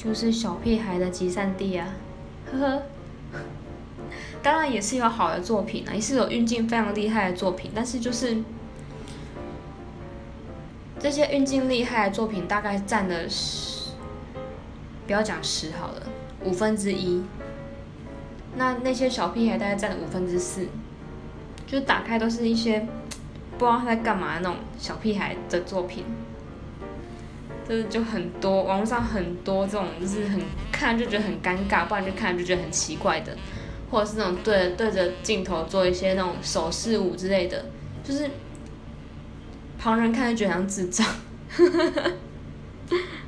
就是小屁孩的集散地啊，呵呵。当然也是有好的作品啊，也是有运镜非常厉害的作品，但是就是这些运镜厉害的作品大概占了不要讲10好了，1/5。那些小屁孩大概占了4/5，就是打开都是一些不知道他在干嘛的那种小屁孩的作品。就很多，网络上很多这种，就是看就觉得很尴尬，不然就看就觉得很奇怪的，或者是那种对着镜头做一些那种手势舞之类的，就是旁人看就觉得像智障。